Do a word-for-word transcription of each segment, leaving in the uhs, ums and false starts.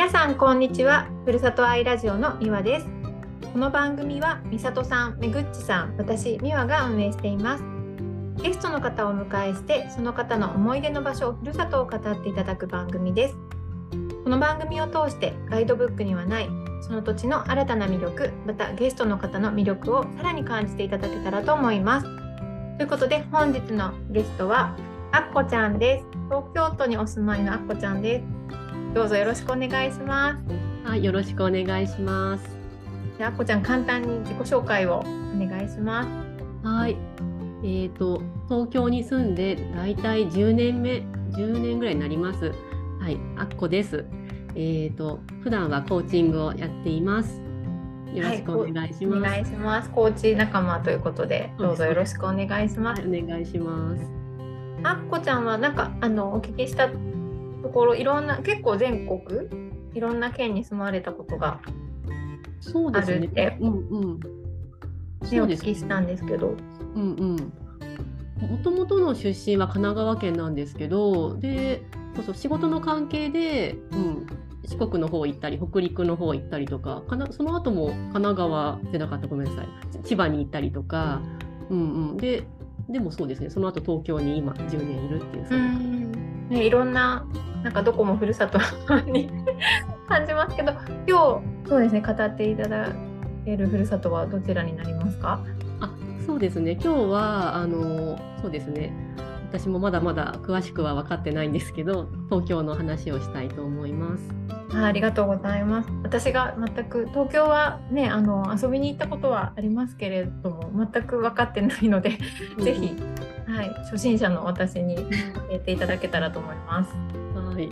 皆さんこんにちは。ふるさと愛ラジオのみわです。この番組はみさとさん、めぐっちさん、私みわが運営しています。ゲストの方をお迎えして、その方の思い出の場所、ふるさとを語っていただく番組です。この番組を通してガイドブックにはないその土地の新たな魅力、またゲストの方の魅力をさらに感じていただけたらと思います。ということで本日のゲストはあっこちゃんです。東京都にお住まいのあっこちゃんです。どうぞよろしくお願いします。 はい、よろしくお願いします。 じゃあ、あっこちゃん簡単に自己紹介をお願いします。 はい、えーと東京に住んでだいたいじゅうねんめ、じゅうねんぐらいになります。はい、あっこです。えーと普段はコーチングをやっています。よろしくお願いします。 はい、お願いします。コーチ仲間ということで、どうぞよろしくお願いします。 はい、お願いします。 あっこちゃんはなんかあのお聞きしたところ、いろんな結構全国いろんな県に住まれたことがそうですね。 あるってうんうん。 ね、お聞きしたんですけど。 うんうん。もともとの出身は神奈川県なんですけど、で、そうそう仕事の関係で、うん、四国の方行ったり北陸の方行ったりとか、かなその後も神奈川じゃなかった、ごめんなさい、千葉に行ったりとか、うんうん、ででもそうですね、その後東京に今じゅうねんいるっていう。 うんね、いろんななんかどこもふるさとに感じますけど、今日そうですね、語っていただけるふるさとはどちらになりますか？ あ、そうですね、今日はあのそうですね、私もまだまだ詳しくは分かってないんですけど、東京の話をしたいと思います。 あ、ありがとうございます。私が全く東京はね、あの遊びに行ったことはありますけれども、全く分かってないので、うん、ぜひ、はい、初心者の私に教えていただけたらと思います。 はい。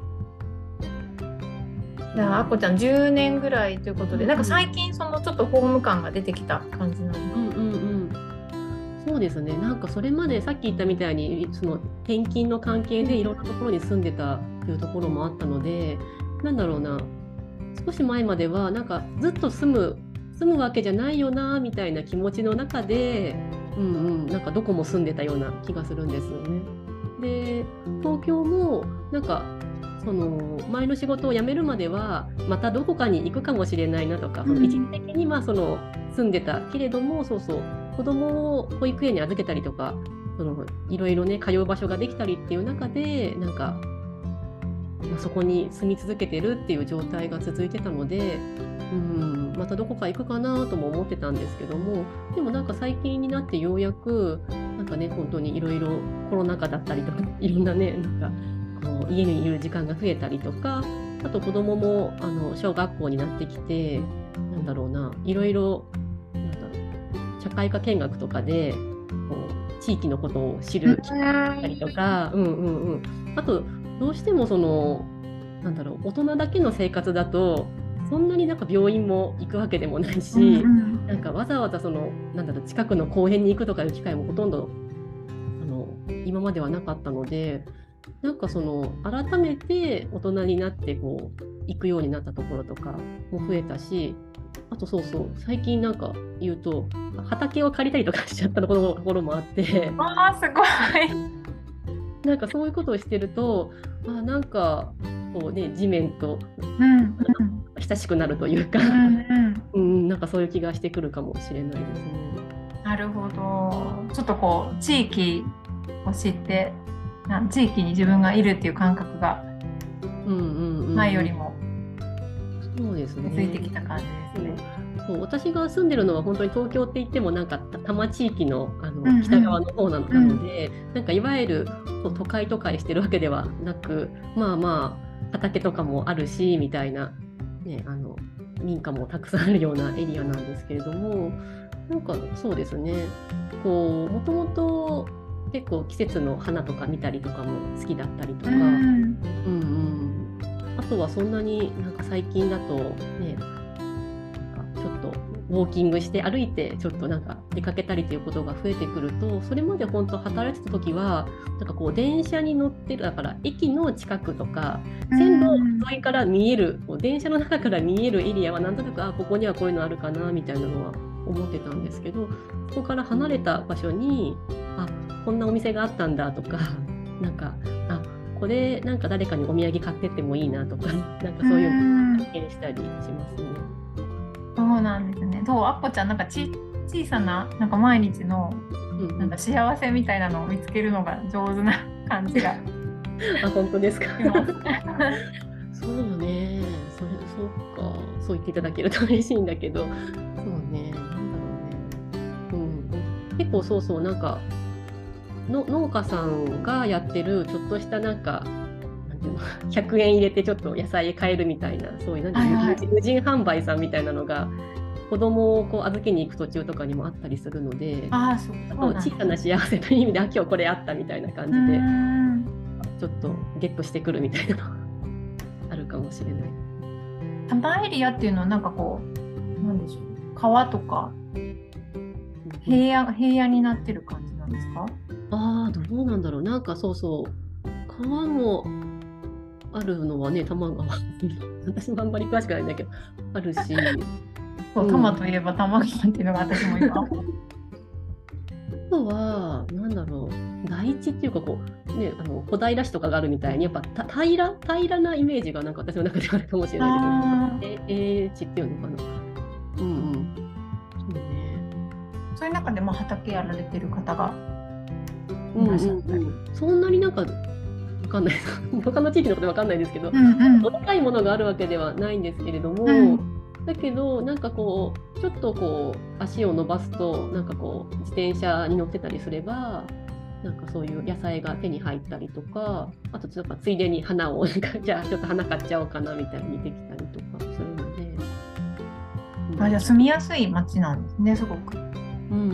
じゃあ、あっこちゃんじゅうねんぐらいということで、なんか最近そのちょっとホーム感が出てきた感じなんですか？ うんうんうん。そうですね、なんかそれまでさっき言ったみたいにその転勤の関係でいろんなところに住んでたっていうところもあったので、なんだろうな、少し前まではなんかずっと住む住むわけじゃないよなみたいな気持ちの中で、うんうん、なんかどこも住んでたような気がするんですよね。で、東京もなんかその前の仕事を辞めるまではまたどこかに行くかもしれないなとか、その一時的にまあその住んでたけれども、そうそう子供を保育園に預けたりとか、そのいろいろね通う場所ができたりっていう中で、なんか、まあ、そこに住み続けてるっていう状態が続いてたので、うん、またどこか行くかなとも思ってたんですけども、でもなんか最近になってようやくなんかね、本当にいろいろコロナ禍だったりとか、いろんなね、なんかこう家にいる時間が増えたりとか、あと子供もあの小学校になってきて、なんだろうな、いろいろ社会科見学とかでこう地域のことを知る機会だったりとか、うんうんうん、あとどうしてもそのなんだろう、大人だけの生活だとそんなになんか病院も行くわけでもないし、うんうん、なんかわざわざそのなんだろう、近くの公園に行くとかいう機会もほとんどあの今まではなかったので、なんかその改めて大人になってこう行くようになったところとかも増えたし、あとそうそう、最近なんか言うと畑を借りたりとかしちゃったところ、ところもあって、 あーすごいなんかそういうことをしてると、あ、なんかこうね、地面と、 うん、 親しくなるというか、うんうん、なんかそういう気がしてくるかもしれないですね。 なるほど。ちょっとこう地域を知って、地域に自分がいるっていう感覚が前よりもそうですね、 ついてきた感じですね。 そう私が住んでるのは本当に東京って言ってもなんか多摩地域 の, あの北側の方なので、うんうん、なんかいわゆる都会都会してるわけではなく、まあまあ畑とかもあるしみたいな、ね、あの民家もたくさんあるようなエリアなんですけれども、なんかそうですね、こうもともと結構季節の花とか見たりとかも好きだったりとか、うんうんうん、あとはそんなになんか最近だとね、ちょっとウォーキングして歩いてちょっとなんか出かけたりということが増えてくると、それまで本当働いてた時はなんかこう電車に乗ってる、だから駅の近くとか線路沿いから見える、こう電車の中から見えるエリアはなんとなく、あ、ここにはこういうのあるかなみたいなのは思ってたんですけど、そこから離れた場所に、あ、こんなお店があったんだとか、なんか、あ、 これなんか誰かにお土産買ってってもいいなとか、なんかそういうのを発見したりしますね。 そうなんですね。どう、あっこちゃん、なんかち小さななんか毎日のなんか幸せみたいなのを見つけるのが上手な感じがあ、本当ですか。 しますそうね、それそうか、そう言っていただけると嬉しいんだけど、そうね、なんだろうね、うん、結構そうそうなんかの農家さんがやってるちょっとしたなんかなんていうのひゃくえん入れてちょっと野菜買えるみたいな、そういうなんていう、はいはい、無人販売さんみたいなのが子供をこう預けに行く途中とかにもあったりするので、 あ、そうそう小さな幸せという意味で、あ、今日これあったみたいな感じでちょっとゲットしてくるみたいなのあるかもしれない。 多摩エリアっていうのはなんかこうなんでしょう、川とか平野平野になってる感じなんですか？ ああ、どうなんだろう。なんかそうそう川もあるのはね、多摩川私もあんまり詳しくないんだけどあるし、 そう、多摩といえば多摩川っていうのが私も今あとはなんだろう、台地っていうかこうね、あの小平市とかがあるみたいにやっぱた平ら平らなイメージがなんか私の中であるかもしれないけど、平地っていうのかな。うんうん。そうね。 そういう中でまあ畑やられてる方がいらっしゃったり、うんうんうん、そんなになんかわかんない他の地域のことわかんないですけど、 うんうん、 お高いものがあるわけではないんですけれども、うん、だけどなんかこうちょっとこう足を伸ばすとなんかこう自転車に乗ってたりすればなんかそういう野菜が手に入ったりとか、あとちょっとついでに花をじゃあちょっと花買っちゃおうかなみたいにできたりとかするので、 うん、あ、じゃあ住みやすい街なんですね、すごく。 うんうんうん、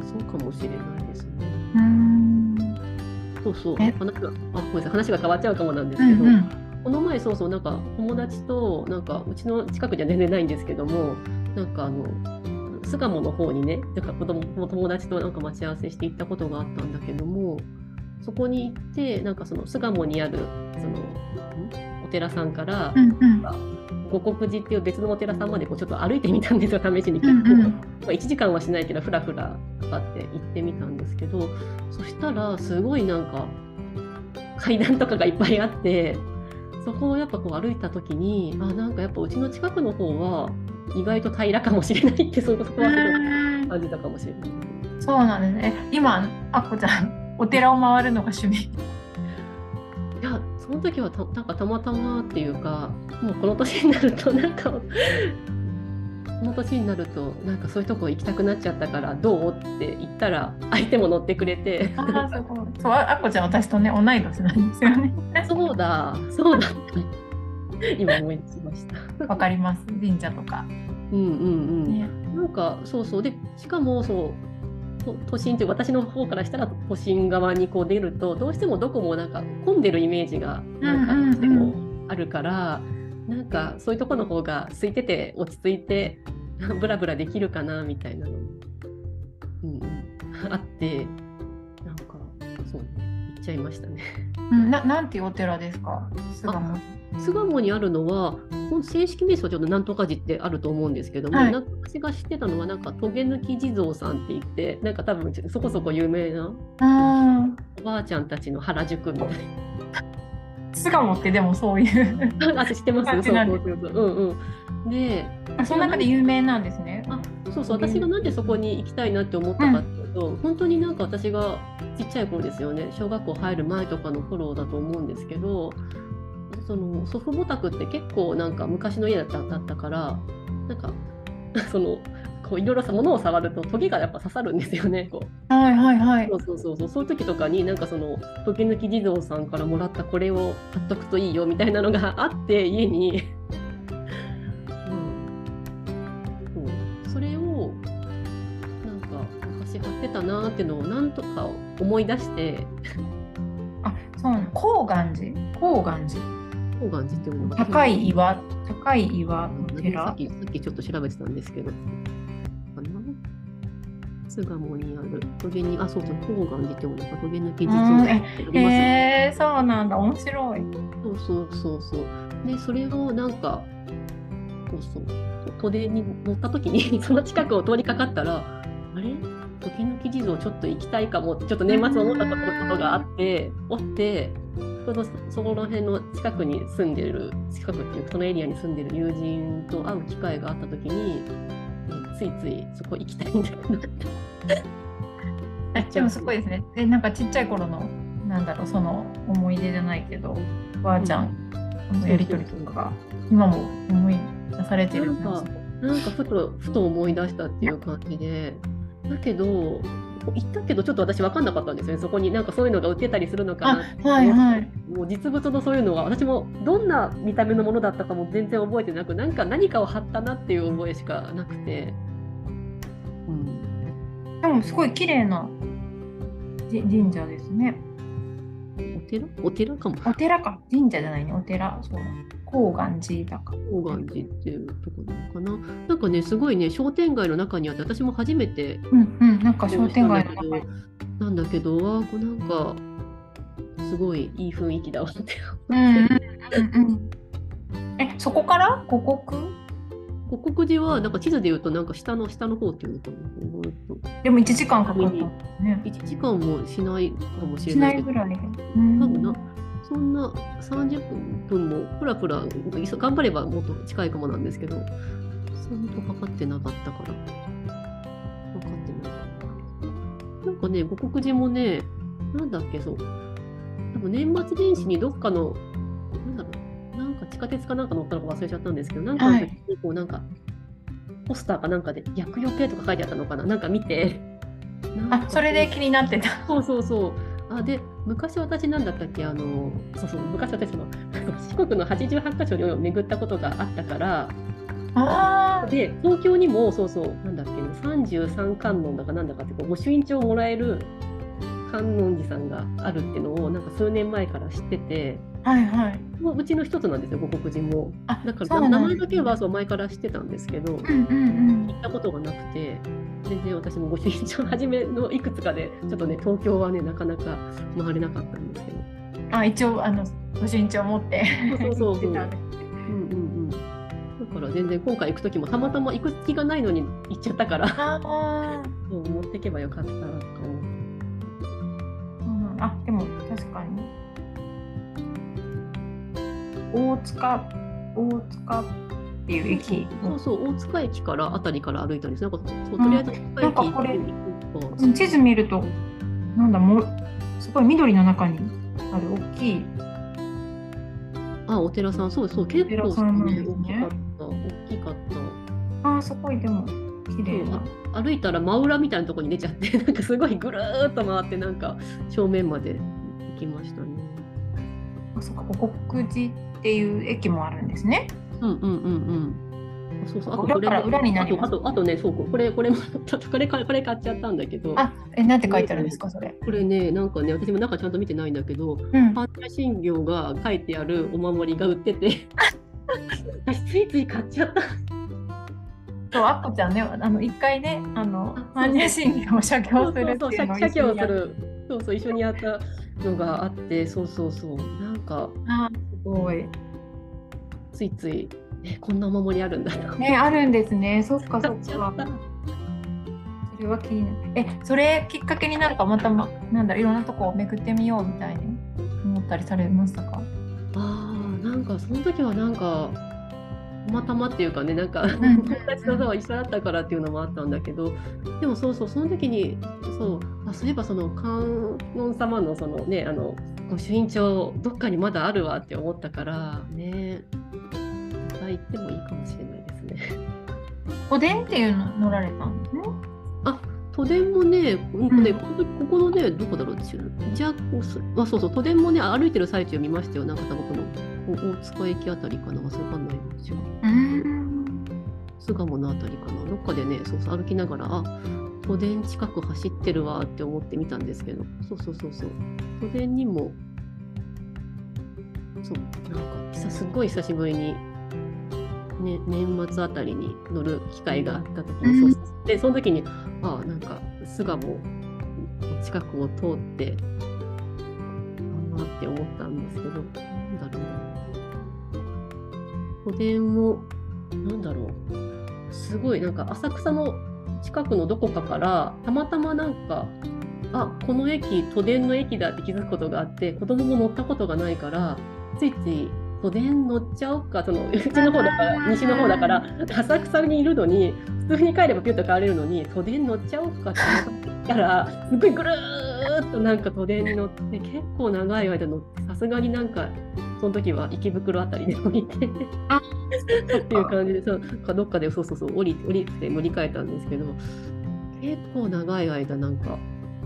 そうかもしれないですね。 うーん、 そうそう、話が、あ、ごめんなさい、話が変わっちゃうかもなんですけど、うんうん、この前そうそうなんか友達となんかうちの近くじゃ全然ないんですけども、なんかあの巣鴨の方にね、なんか子供友達となんか待ち合わせして行ったことがあったんだけども、そこに行ってなんかその巣鴨にあるそのお寺さんから、うんうん、五国寺っていう別のお寺さんまでこうちょっと歩いてみたんですよ、試しに。結構、うんうん、まあ、いちじかんはしないけどふらふらかかって行ってみたんですけど、そしたらすごいなんか階段とかがいっぱいあって、そこをやっぱこう歩いた時に、あ、なんかやっぱうちの近くの方は意外と平らかもしれないって、そこはすごい感じたかもしれない。 そうなんですね。今あっこちゃんお寺を回るのが趣味？ いや、その時はたなんかたまたまっていうか、もうこの年になるとなんかこの年になるとなんかそういうとこ行きたくなっちゃったからどうって言ったら相手も乗ってくれて、 あ、そうそう、あっこちゃん私とね同い年なんですよね。 そうだそうだ今思い出しました。 わかります、神社とか。 うんうんうん、ね、なんかそうそうで、しかもそう都心という私の方からしたら都心側にこう出るとどうしてもどこもなんか混んでるイメージがなんかどうしてもあるから、うんうんうん、なんかそういうところの方が空いてて落ち着いてブラブラできるかなみたいなの、うんうん、あってなんかそう行っちゃいましたね。 うん、な, なんていうお寺ですか？巣鴨。 巣鴨にあるのは正式名称はちょっとなんとか寺ってあると思うんですけども、はい、なんか私が知ってたのはなんか棘抜地蔵さんって言ってなんか多分そこそこ有名なおばあちゃんたちの原宿みたいな。 巣鴨ってでもそういうあ、知ってます。そうそうそうそう、うんうん。で、 その中で有名なんですね。 あ、そうそう、私がなんでそこに行きたいなって思ったかっていうと、うん、本当になんか私がちっちゃい頃ですよね、小学校入る前とかの頃だと思うんですけど、その祖父母宅って結構なんか昔の家だった、だったからなんかそのこういろいろ物を触るとトゲがやっぱ刺さるんですよね。こう、 はいはいはい。 そうそうそうそう、そういう時とかになんかその棘抜き地蔵さんからもらったこれを貼っとくといいよみたいなのがあって家に、うん、そうそれをなんか昔貼ってたなっていうのをなんとか思い出してあ、そうなの。高岩寺高岩寺高岩寺っていうのが高い岩高い岩の寺、 さっきさっきちょっと調べてたんですけど、巣鴨にある棘に、あ、そうそう、高岩寺っていうのが棘抜き地蔵ってありますね。 へえ、そうなんだ、面白い。 そうそうそうそう。でそれをなんかそうそう都電に乗った時にその近くを通りかかったら、あれ棘抜き地蔵ちょっと行きたいかもってちょっと年末思ったことがあっておって、 ょうどそこら辺の近くに住んでる、近くっていうかそのエリアに住んでる友人と会う機会があった時に、ついついそこ行きたいんだけどえでもすごいですね。えなんかちっちゃい頃のなんだろうその思い出じゃないけど、おばあちゃんのやりとりとかが今も思い出されてるんですなんかなんかふとふと思い出したっていう感じで、だけど行ったけどちょっと私分かんなかったんですよね。そこになんかそういうのが売ってたりするのかなって。 はいはい。 もう実物のそういうのが私もどんな見た目のものだったかも全然覚えてなく、なんか何かを貼ったなっていう覚えしかなくて、うん、 でもすごい綺麗な神社ですね。 お寺お寺かも。 お寺か。神社じゃないね。お寺。そうだ。高岩寺だか。 高岩寺っていうところなのかな。なんかね、すごいね、商店街の中にあって、私も初めて。 うんうん、なんか商店街の中に。 なんだけど、あ、こうなんか、すごいいい雰囲気だわって思って。うんうんうん、え、そこから五国五国寺はなんか地図でいうとなんか下の下の方っていうのかな。 でもいちじかんかかったね。 いちじかんもしないかもしれないけど。 しないぐらい。 うん、多分なそんなさんじゅっぷんもプラプラ頑張ればもっと近いかもなんですけど、そんなとかかってなかったから。かかってなかった。なんかね、五国寺もね、なんだっけ、そう。多分年末年始にどっかの、なんだろう、なんか地下鉄かなんか乗ったのか忘れちゃったんですけど、なんかの時にこうなんか、はい、ポスターかなんかで厄除けとか書いてあったのかな、なんか見て。 あ、それで気になってた。 そうそうそう。あ、で、昔私なんだったっけ、あの、そうそう、昔私の四国のはちじゅうはちかしょを巡ったことがあったから、 あで、東京にも、そうそう、なんだっけ、さんじゅうさん観音だかなんだかって、御朱印帳をもらえる観音寺さんがあるっていうのを、なんか数年前から知ってて、 はいはい。 うちの一つなんですよ、五国寺も。 あ、 だから名前だけはそう前から知ってたんですけど、 うんうんうん、 行ったことがなくて、全然私も御朱印帳初めのいくつかで、ちょっとね、東京はね、なかなか回れなかったんですけど。 あ、一応、あの、御朱印帳持って。 そうそうそう。うんうんうん。だから全然今回行くときもたまたま行く気がないのに行っちゃったから、あそう持っていけばよかったなとか思って。 うん、あ、でも確かに。大塚、大塚っていう駅。 そうそう、大塚駅からあたりから歩いたんです。なんかそうとりあえず大塚駅、 なんかこれ地図見るとなんだもうすごい緑の中にある大きい。 あ、お寺さん、そうそう、結構、ね、大きかった、大きかった。 あ、すごいでも綺麗な。 歩いたら真裏みたいなところに出ちゃって、なんかすごいぐるーっと回ってなんか正面まで行きましたね。 あ、そっか、五国寺っていう駅もあるんですね。 うんうんうんうん。そうそう、あとこれ裏裏になります。 あとあとね、そうこれこれもこれこれ買っちゃったんだけど。 あ、え、なんて書いてあるんですかそれ。 これね、なんかね、私も中ちゃんと見てないんだけど、 うん、 般若心経が書いてあるお守りが売ってて、私ついつい買っちゃった。 そう、あっこちゃんね、あの一回ね、あの般若心経を写経するっていうのを一緒にやる。 そうそう、一緒にやったのがあって、そうそうそう、なんかあ、すごい。 ついついえこんなお守りあるんだね、あるんですね。そっかそっか。それは気になる。え、それきっかけになんかまたまなんだいろんなとこを巡ってみようみたいに思ったりされましたか？ ああ、なんかその時はなんかたまたまっていうかね、なんか友達とは一緒だったからっていうのもあったんだけど、でもそうそうその時にそうあそういえばその観音様のそのねあの御朱印帳どっかにまだあるわって思ったからね。行ってもいいかもしれないですね。 都電っていうの乗られたんですね。 あ、都電もね、うんね、ここのね、どこだろうですよ。じゃあ、あ、そうそう、都電もね、歩いてる最中見ましたよ。なんか多分この大塚駅あたりかな、忘れかんないんですよ。うん。巣鴨のあたりかな、どっかでね、そうそう歩きながら、あ、都電近く走ってるわって思って見たんですけど、そうそうそうそう、都電にも、そう、なんかすっごい久しぶりに。ね、年末あたりに乗る機会があった時に、うん、そうでその時にああなんか巣鴨近くを通ってああって思ったんですけど、なんだろうな、都電もなんだろうすごいなんか浅草の近くのどこかからたまたまなんかあ、この駅都電の駅だって気づくことがあって、子供も乗ったことがないからついつい都電乗っちゃおうか、そのうちの方だから西の方だから浅草にいるのに普通に帰ればピュッと帰れるのに都電乗っちゃおうかって思ったらすっごいぐるーっとなんか都電に乗って結構長い間乗って、さすがになんかその時は池袋あたりで降りてっていう感じで、そうかどっかでそうそうそう降りて降りて乗り換えたんですけど、結構長い間なんか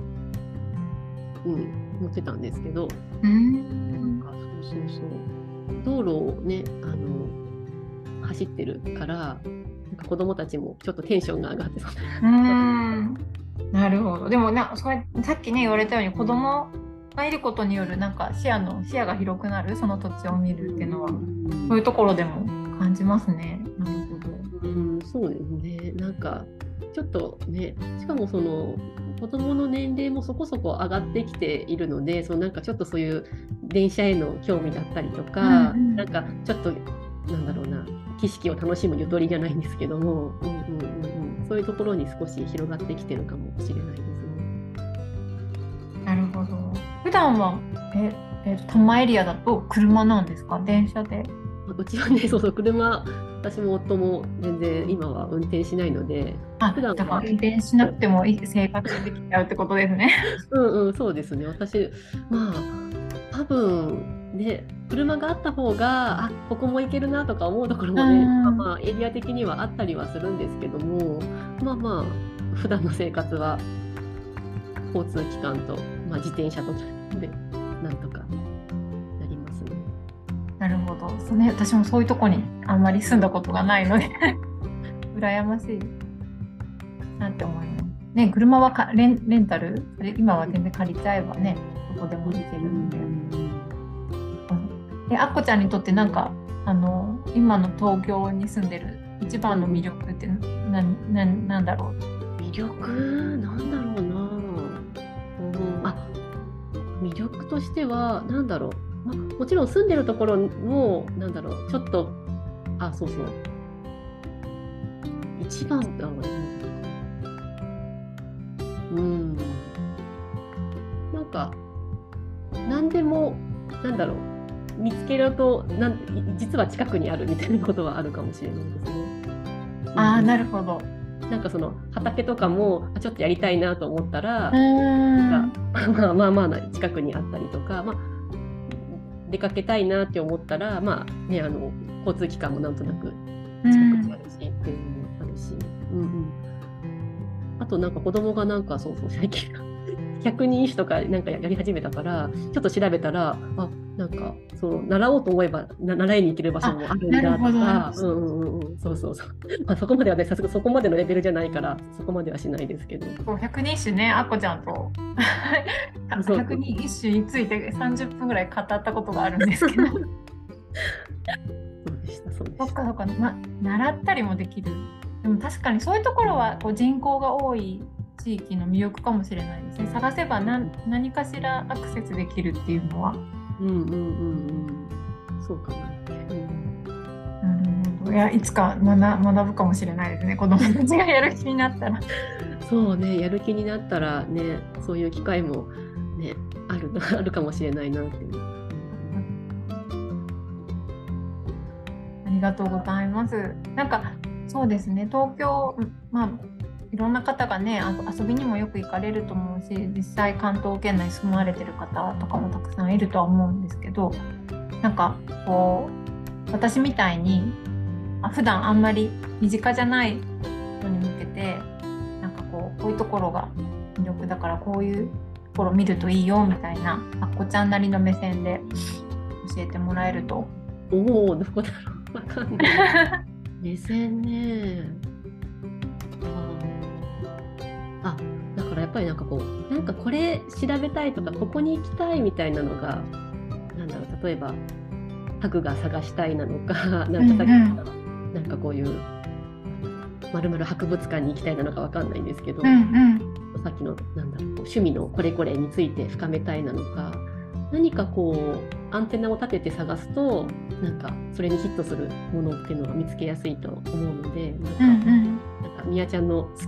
うん乗ってたんですけど、なんかそうそうそう道路をねあの走ってるからなんか子供たちもちょっとテンションが上がってそう。 うーん、なるほど。でもなそれさっきね言われたように子供がいることによるなんか視野の視野が広くなる、その土地を見るっていうのは、うん、そういうところでも感じますね。なるほど。 うん、そうですね。なんかちょっとね、しかもその子供の年齢もそこそこ上がってきているので、そのなんかちょっとそういう電車への興味だったりとか、うんうん、なんかちょっとなんだろうな、景色を楽しむゆとりじゃないんですけども、うんうんうんうん、そういうところに少し広がってきてるかもしれないですね。 なるほど。普段はええー、と多摩エリアだと車なんですか、電車で？ うちはね、そうそう車、私も夫も全然今は運転しないので、 あ、普段はだから運転しなくても生活できちゃうってことですね。 うんうん、そうですね。私まあ多分ね、車があった方があここも行けるなとか思うところもね、まあ、まあエリア的にはあったりはするんですけども、まあまあ普段の生活は交通機関と、まあ、自転車とでなんとかなりますね。 なるほど。そうね、私もそういうとこにあんまり住んだことがないので羨ましいなって思います。ね、車はかレン、レンタル今は全然借りちゃえばね、どこでも行けるので。え、あっこちゃんにとってなんかあの今の東京に住んでる一番の魅力ってな、な、なんだろう？ 魅力なんだろうな、うん、あ魅力としてはなんだろう、まあ、もちろん住んでるところもなんだろうちょっとあそうそう一番だろうね、うんなんか何でもなんだろう見つけるとなん実は近くにあるみたいなことはあるかもしれないですね。 あー、なるほど。 なんかその畑とかもちょっとやりたいなと思ったらなんかまあまあまあ近くにあったりとか、まあ、出かけたいなって思ったら、まあね、あの交通機関もなんとなく近くにあるしっていうのもあるし、うんうん、あとなんか子供がなんかそうそう最近百人一首とかなんかやり始めたからちょっと調べたらあなんかそう習おうと思えば習いに行ける場所もあるんだとか、うんうんうん、そうそうそう、まあ、そこまではねさすがそこまでのレベルじゃないからそこまではしないですけど、 そう百人一首ね、あっこちゃんと百人一首についてさんじゅっぷんぐらい語ったことがあるんですけどそうでしたそうでした。 そっかそっか、ま、習ったりもできる。でも確かにそういうところはこう人口が多い地域の魅力かもしれないですね。探せば 何, 何かしらアクセスできるっていうのは。 うんうんうんうん。そうかな。うん、 なるほど。いや、いつか 学, 学ぶかもしれないですね。子供たちがやる気になったら。 そうね、やる気になったらね、そういう機会もねあるあるかもしれないなって。 ありがとうございます。なんかそうですね。東京、まあ。いろんな方がね遊びにもよく行かれると思うし、実際関東圏内に住まわれてる方とかもたくさんいるとは思うんですけど、なんかこう私みたいに普段あんまり身近じゃない人に向けてなんかこうこういうところが魅力だからこういうところ見るといいよみたいなあっこちゃんなりの目線で教えてもらえると。 おお、どこだろう、わかんない目線ね。あ、だからやっぱりなんかこうなんかこれ調べたいとかここに行きたいみたいなのがなんだろう、例えばハグが探したいなのかなんかさっき言った、うん、なんかこういうまるまる博物館に行きたいなのかわかんないんですけど、うんうん、さっきのなんだろう趣味のこれこれについて深めたいなのか、何かこうアンテナを立てて探すとなんかそれにヒットするものっていうのが見つけやすいと思うので、なんか、うんうん、なんかみやちゃんの好き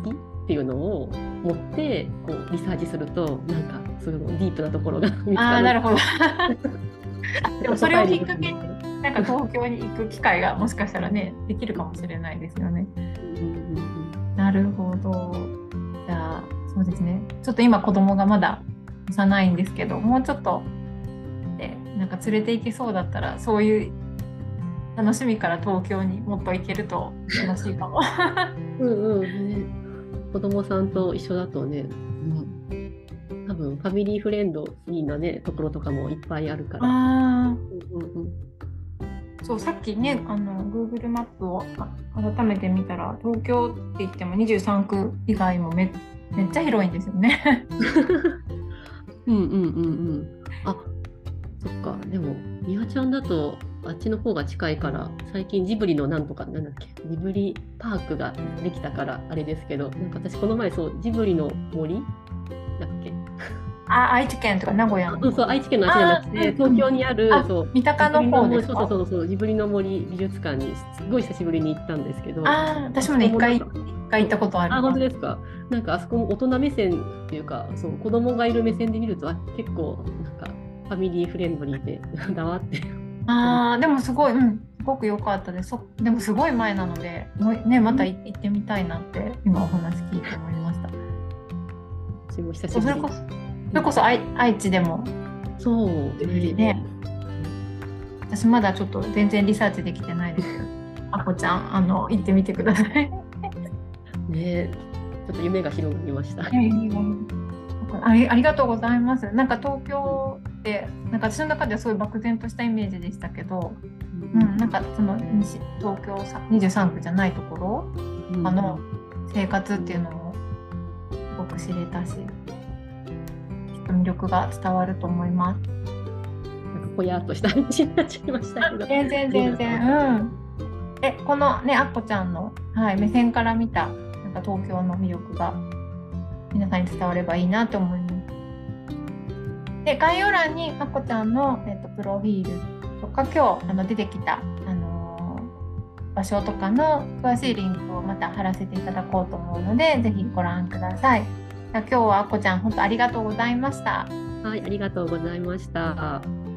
っていうのを持ってこうリサーチするとなんかすごいディープなところが見つかる。 ああ、なるほど。でもそれをきっかけになんか東京に行く機会がもしかしたらねできるかもしれないですよね。 うんうんうん、 なるほど。じゃあそうですね。ちょっと今子供がまだ幼いんですけど、もうちょっとでなんか連れて行けそうだったらそういう楽しみから東京にもっと行けると楽しいかも。 うんうんね、子供さんと一緒だとね、うん、多分ファミリーフレンドリーなねところとかもいっぱいあるから。 あうんうんうん、 そうさっきねあの Google マップを改めて見たら東京って言ってもにじゅうさんく以外も め, めっちゃ広いんですよね。 うんうんうんうん。あ、そっか。でもみわちゃんだとあっちの方が近いから最近ジブリのなんとかなんだっけジブリパークができたからあれですけど、なんか私この前そうジブリの森だっけ。 あ、愛知県とか名古屋の。 そうそう、愛知県のあっちじゃなくて東京にある、 あ、 そう三鷹の方ですか。 そうそうそうジブリの森美術館にすごい久しぶりに行ったんですけど。 あ、私もね一回一回行ったことある。 あ、本当ですか。なんかあそこも大人目線っていうか、そう子供がいる目線で見るとあ結構なんかファミリーフレンドリーでだわって。 ああ、でもすごい、うん、すごく良かったです。そでもすごい前なので、もうねまた行ってみたいなって今お話聞いて思いました。 私も久しぶり。 それこそそれこそ愛愛知でもそうね。ね私まだちょっと全然リサーチできてないですけど、あこちゃんあの行ってみてください。 ね、ちょっと夢が広がりました。 あり、ありがとうございます。なんか東京ってなんか私の中ではそういう漠然としたイメージでしたけど、うん、なんかその西東京にじゅうさんくじゃないところ、うん、あの生活っていうのもすごく知れたし、魅力が伝わると思います。 なんかぽやっとした話になっちゃいましたけど。 全然全然。うん。え、このねあっこちゃんの、はい、目線から見たなんか東京の魅力が皆さんに伝わればいいなと思います。で概要欄にあっこちゃんの、えっと、プロフィールとか今日あの出てきた、あのー、場所とかの詳しいリンクをまた貼らせていただこうと思うのでぜひご覧ください。今日はあっこちゃん本当ありがとうございました。 はい、ありがとうございました。